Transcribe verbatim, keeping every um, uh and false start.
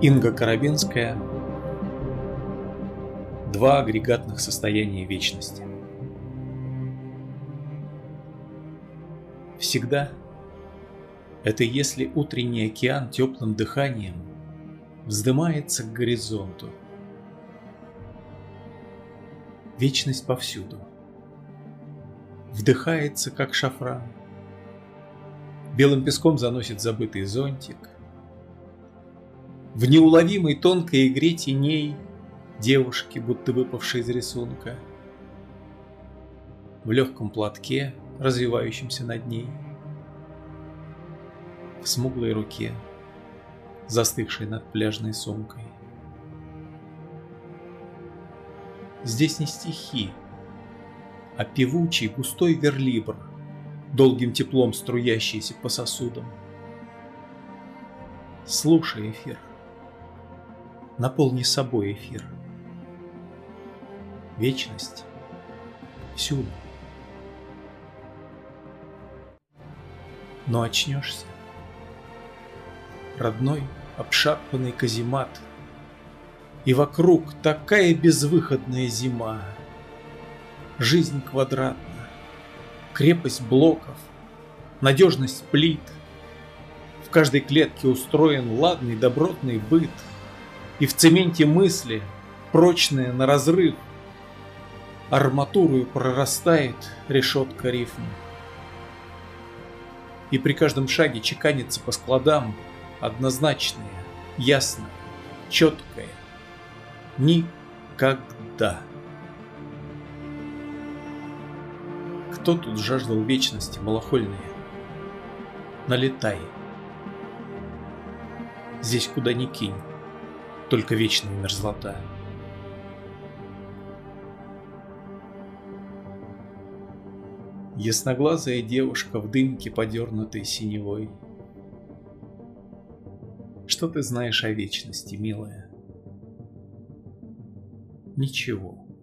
Инга Коробенская. Два агрегатных состояния вечности. Всегда это если утренний океан теплым дыханием вздымается к горизонту. Вечность повсюду. Вдыхается, как шафран. Белым песком заносит забытый зонтик. В неуловимой тонкой игре теней девушки, будто выпавшие из рисунка. В легком платке, развивающемся над ней. В смуглой руке, застывшей над пляжной сумкой. Здесь не стихи, а певучий густой верлибр, долгим теплом струящийся по сосудам. Слушай эфир, наполни собой эфир. Вечность всюду. Но очнешься. Родной обшарпанный каземат, и вокруг такая безвыходная зима. Жизнь квадратна, крепость блоков, надежность плит. В каждой клетке устроен ладный добротный быт, и в цементе мысли, прочная на разрыв, арматурою прорастает решетка рифм. И при каждом шаге чеканится по складам однозначное, ясное, четкое никогда. Кто тут жаждал вечности, малохольные? Налетай. Здесь куда ни кинь, только вечная мерзлота. Ясноглазая девушка в дымке, подернутой синевой. Что ты знаешь о вечности, милая? Ничего.